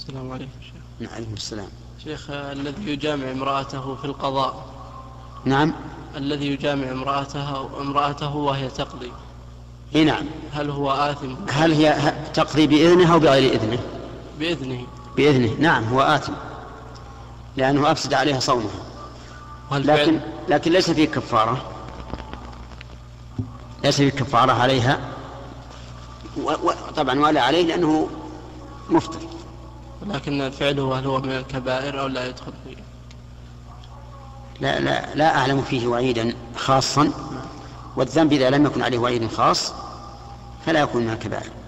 السلام عليكم شيخ. عليكم السلام. شيخ، الذي يجامع امرأته في القضاء. نعم. الذي يجامع امرأته وهي تقضي. نعم. هل هو آثم؟ هل هي تقضي بإذنه أو بغير إذنه؟ بإذنه. بإذنه. نعم، هو آثم لأنه أفسد عليها صومها. لكن ليس فيه كفارة. ليس فيه كفارة عليها طبعا ولا عليه لأنه مفطر. لكن فعله هل هو من الكبائر أو لا يدخل فيه؟ لا أعلم فيه وعيدا خاصا، والذنب إذا لم يكن عليه وعيد خاص فلا يكون من الكبائر.